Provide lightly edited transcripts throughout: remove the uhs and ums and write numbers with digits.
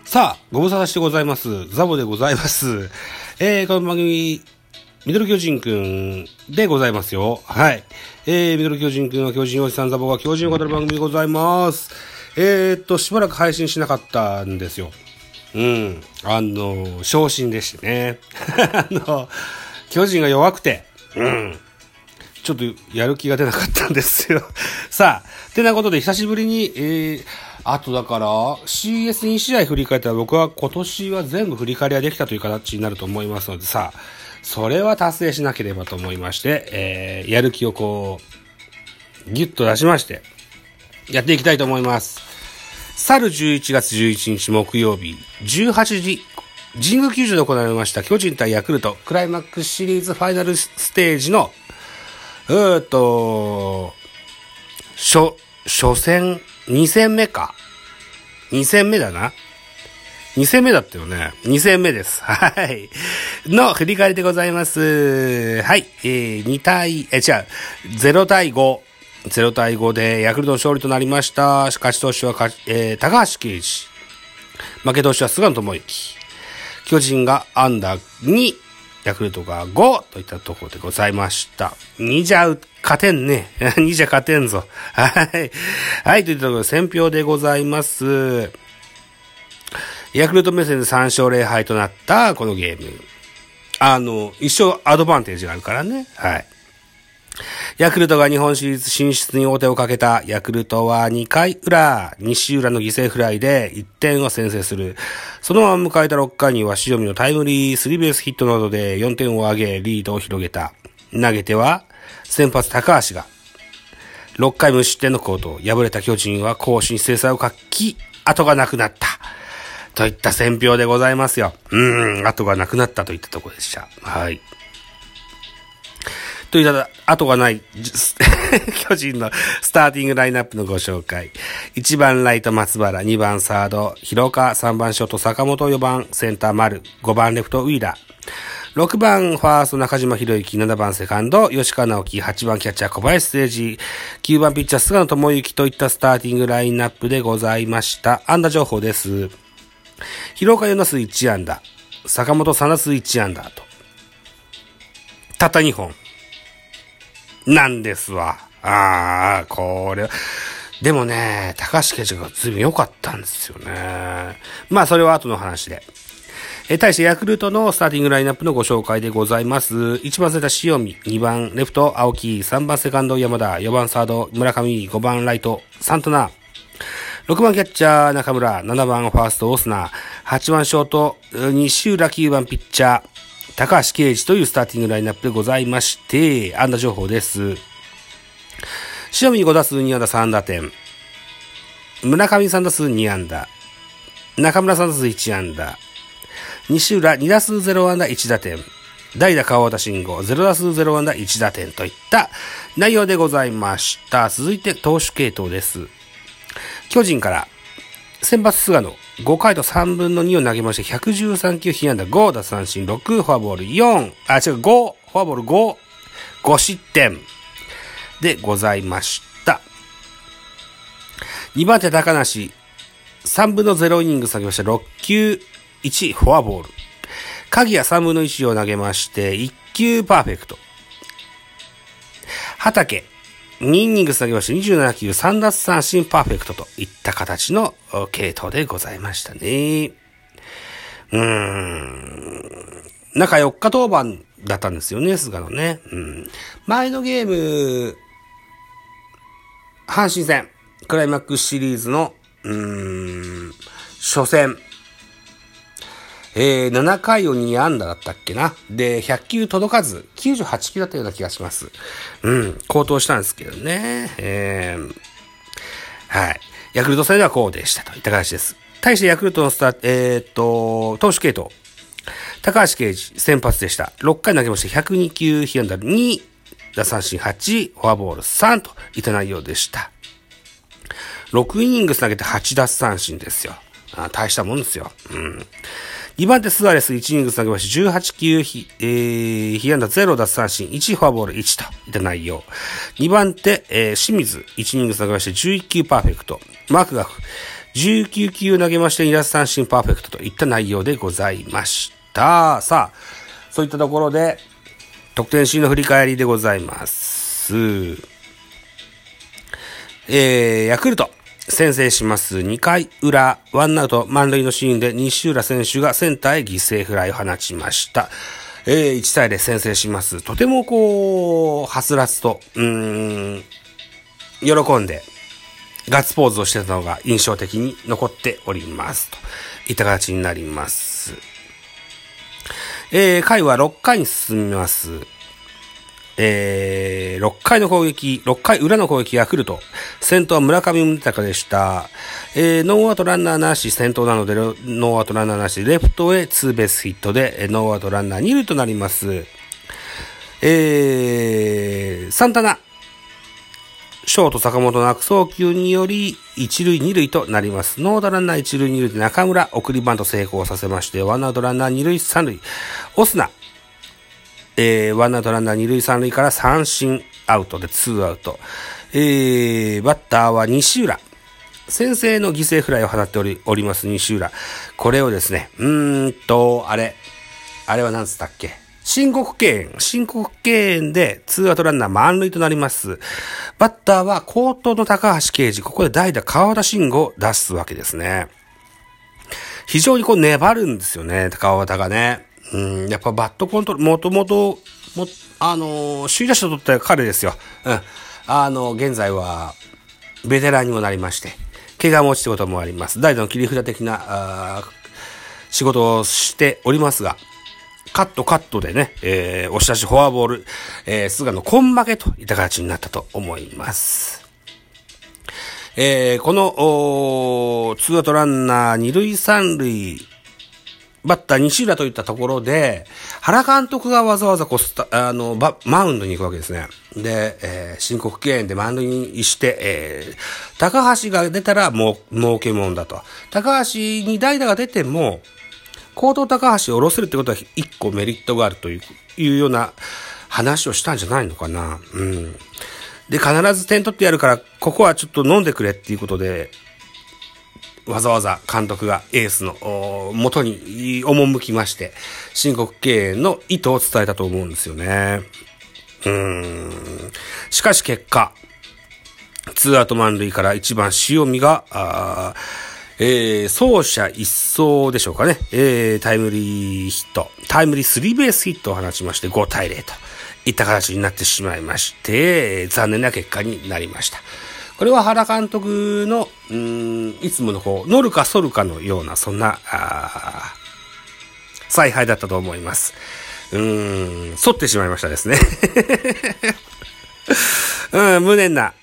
さあ、ご無沙汰してございます。ザボでございます。この番組、ミドル巨人くんでございますよ。はい。ミドル巨人くんは巨人おじさんザボが巨人を語る番組でございます。しばらく配信しなかったんですよ。昇進でしてね。巨人が弱くて、ちょっとやる気が出なかったんですよ。さあ、てなことで久しぶりに、あとだから CS2 試合振り返ったら僕は今年は全部振り返りができたという形になると思いますのでさ、それは達成しなければと思いまして、やる気をこうギュッと出しましてやっていきたいと思います。去る11月11日木曜日18時神宮球場で行われました巨人対ヤクルトクライマックスシリーズファイナルステージの初戦2戦目か。2戦目だな。2戦目だったよね。2戦目です。はい。の振り返りでございます。はい。0対5。0対5でヤクルトの勝利となりました。勝ち投手は高橋奎二。負け投手は菅野智之。巨人がアンダー2。ヤクルトが5といったところでございました。2じゃ勝てんね。2じゃ勝てんぞ。はい。はい、といったところで選票でございます。ヤクルト目線で3勝0敗となったこのゲーム。一生アドバンテージがあるからね。はい。ヤクルトが日本シリーズ進出に王手をかけたヤクルトは2回裏、西浦の犠牲フライで1点を先制する。そのまま迎えた6回には塩見のタイムリー、スリーベースヒットなどで4点を挙げリードを広げた。投げては先発高橋が6回無失点の好投。敗れた巨人は攻守に精彩を欠き、後がなくなった。といった選評でございますよ。後がなくなったといったところでした。はい。といった後がない巨人のスターティングラインナップのご紹介。1番ライト松原、2番サード広岡、3番ショート坂本、4番センター丸、5番レフトウィーラー、6番ファースト中島博之、7番セカンド吉川直樹、8番キャッチャー小林誠司、9番ピッチャー菅野智之といったスターティングラインナップでございました。安打情報です。広岡4打数1安打、坂本3打数1安打とたった2本なんですわ。これでもね、高橋奎二がずいぶん良かったんですよね。まあそれは後の話で。対してヤクルトのスターティングラインナップのご紹介でございます。1番センター塩見、2番レフト青木、3番セカンド山田、4番サード村上、5番ライトサンタナ、6番キャッチャー中村、7番ファーストオスナ、8番ショート西浦、9番ピッチャー高橋奎二というスターティングラインナップでございまして、安打情報です。塩見5打数2安打3打点。村上3打数2安打。中村3打数1安打。西浦2打数0安打1打点。代打川端慎吾0打数0安打1打点といった内容でございました。続いて投手系統です。巨人から先発菅野5回と3分の2を投げまして113球被安打5奪三振6フォアボール5フォアボール5失点でございました。2番手高梨3分の0イニング投げました6球1フォアボール。鍵谷3分の1を投げまして1球パーフェクト。畠2イニング投げまして27球3奪三振パーフェクトといった形の系統でございましたね。中4日登板だったんですよね、菅野ね。前のゲーム阪神戦クライマックスシリーズの初戦7回を2安打だったっけな。で、100球届かず、98球だったような気がします。高騰したんですけどね。はい。ヤクルト戦ではこうでしたといった形です。対してヤクルトの投手系統。高橋奎二、先発でした。6回投げまして102球、被安打2、奪三振8、フォアボール3といった内容でした。6イニング投げて8奪三振ですよ。大したもんですよ。2番手スアレス1イニング投げまして18球被安打0奪三振1フォアボール1といった内容。2番手、清水1イニング投げまして11球パーフェクト。マクガフ 19球投げまして2奪三振パーフェクトといった内容でございました。さあ、そういったところで得点シーンの振り返りでございます。ヤクルト先制します2回裏ワンアウト満塁のシーンで西浦選手がセンターへ犠牲フライを放ちました。1対0先制します。とてもはつらつと喜んでガッツポーズをしてたのが印象的に残っておりますといった形になります。回は6回に進みます。6回裏の攻撃ヤクルト。先頭は村上宗隆でした。ノーアウトランナーなし、先頭なのでノーアウトランナーなし、レフトへツーベースヒットで、ノーアウトランナー2塁となります。サンタナ。ショート坂本の悪送球により、1塁2塁となります。ノーアウトランナー1塁2塁で中村、送りバント成功させまして、ワンアウトランナー2塁3塁。オスナ。ワンアウトランナー2塁3塁から三振アウトで2アウト。バッターは西浦。先制の犠牲フライを放っております西浦。これをですね、あれは何つったっけ？申告敬遠で2アウトランナー満塁となります。バッターは好投の高橋奎二。ここで代打川田慎吾を出すわけですね。非常に粘るんですよね、川田がね。やっぱバットコントロール、もともと、首位打者を取った彼ですよ。現在は、ベテランにもなりまして、怪我持ちってこともあります。代打の切り札的な、仕事をしておりますが、カットでね、押し出しフォアボール、菅野根負けといった形になったと思います。この、2アウトランナー2塁3塁、バッター西浦といったところで、原監督がわざわざマウンドに行くわけですね。で、申告敬遠で満塁にして、高橋が出たら儲けもんだと。高橋に代打が出ても、高投高橋を下ろせるってことは一個メリットがあるというような話をしたんじゃないのかな。で、必ず点取ってやるから、ここはちょっと飲んでくれっていうことで、わざわざ監督がエースの元に赴きまして、申告敬遠の意図を伝えたと思うんですよね。しかし結果、2アウト満塁から1番塩見が、走者一掃でしょうかね。タイムリースリーベースヒットを放ちまして5対0といった形になってしまいまして、残念な結果になりました。これは原監督の、いつもの乗るか反るかのような、そんな、采配だったと思います。反ってしまいましたですね。無念な、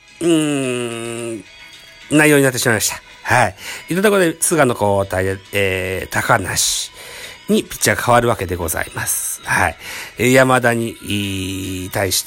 内容になってしまいました。はい。いったところで、菅野交代で、高梨にピッチャーが変わるわけでございます。はい。山田に対して、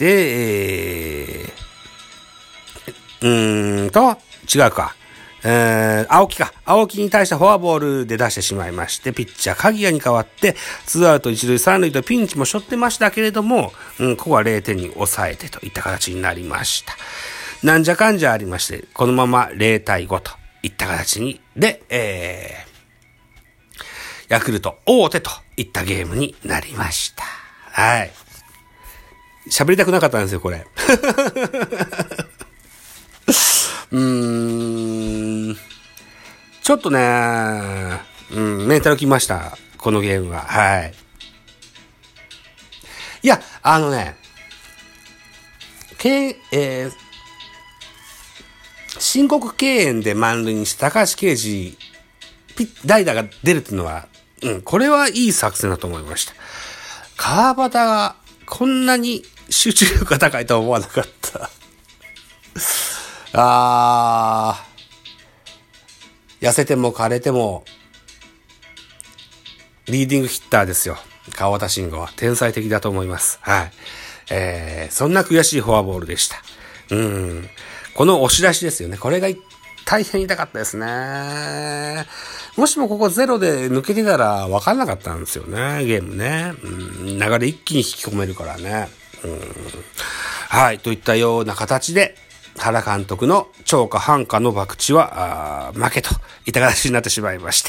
違うか。青木に対してフォアボールで出してしまいまして、ピッチャー鍵谷に代わって、2アウト1塁3塁とピンチも背負ってましたけれども、ここは0点に抑えてといった形になりました。なんじゃかんじゃありまして、このまま0対5といった形に、で、ヤクルト大手といったゲームになりました。はい。喋りたくなかったんですよ、これ。ちょっとね、メンタルきました。このゲームは。はい。いや、申告敬遠で満塁にして高橋奎二、代打が出るっていうのは、これはいい作戦だと思いました。川端がこんなに集中力が高いとは思わなかった。痩せても枯れてもリーディングヒッターですよ。川端慎吾は天才的だと思います。はい。そんな悔しいフォアボールでした。この押し出しですよね。これが大変痛かったですね。もしもここゼロで抜けてたら分かんなかったんですよね。ゲームね。流れ一気に引き込めるからね。はい。といったような形で、 原監督の超過半過の博打は負けといった形になってしまいまして、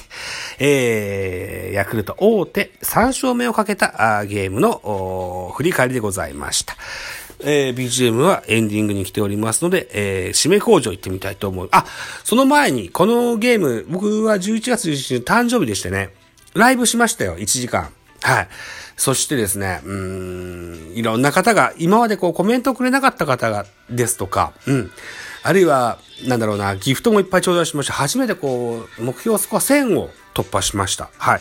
ヤクルト大手3勝目をかけたゲームの振り返りでございました。BGM はエンディングに来ておりますので、締め工場行ってみたいと思う。その前にこのゲーム、僕は11月11日誕生日でしてね、ライブしましたよ、1時間。はい。そしてですね、いろんな方が、今までコメントをくれなかった方が、ですとか、あるいは、ギフトもいっぱい頂戴しました。初めて目標スコア1000を突破しました。はい。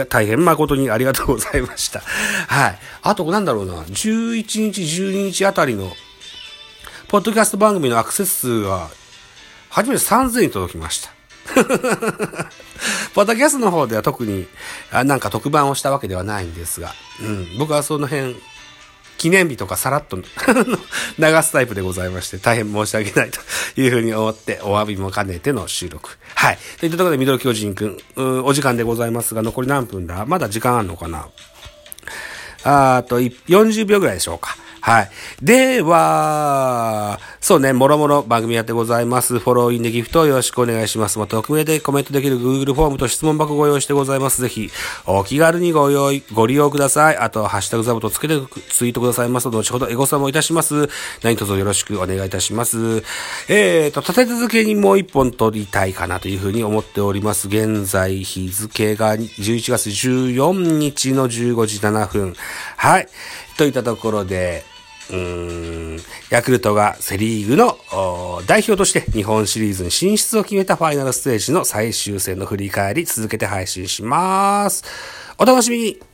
大変誠にありがとうございました。はい。あと、11日、12日あたりの、ポッドキャスト番組のアクセス数が、初めて3000に届きました。ポッドキャストの方では特に特番をしたわけではないんですが、僕はその辺記念日とかさらっと流すタイプでございまして、大変申し訳ないというふうに思ってお詫びも兼ねての収録。はい。といったところでミドル巨人くん、お時間でございますが、残り何分だ？まだ時間あんのかな？40秒ぐらいでしょうか。はい。では、そうね、もろもろ番組やってございます。フォローインでギフトをよろしくお願いします。また、匿名でコメントできる Google フォームと質問箱ご用意してございます。ぜひ、お気軽にご利用ください。あと、ハッシュタグザボとつけてツイートくださいますので、後ほどエゴサもいたします。何卒よろしくお願いいたします。立て続けにもう一本撮りたいかなというふうに思っております。現在、日付が11月14日の15時7分。はい。といったところで、ヤクルトがセリーグの代表として日本シリーズに進出を決めたファイナルステージの最終戦の振り返り続けて配信します。お楽しみに。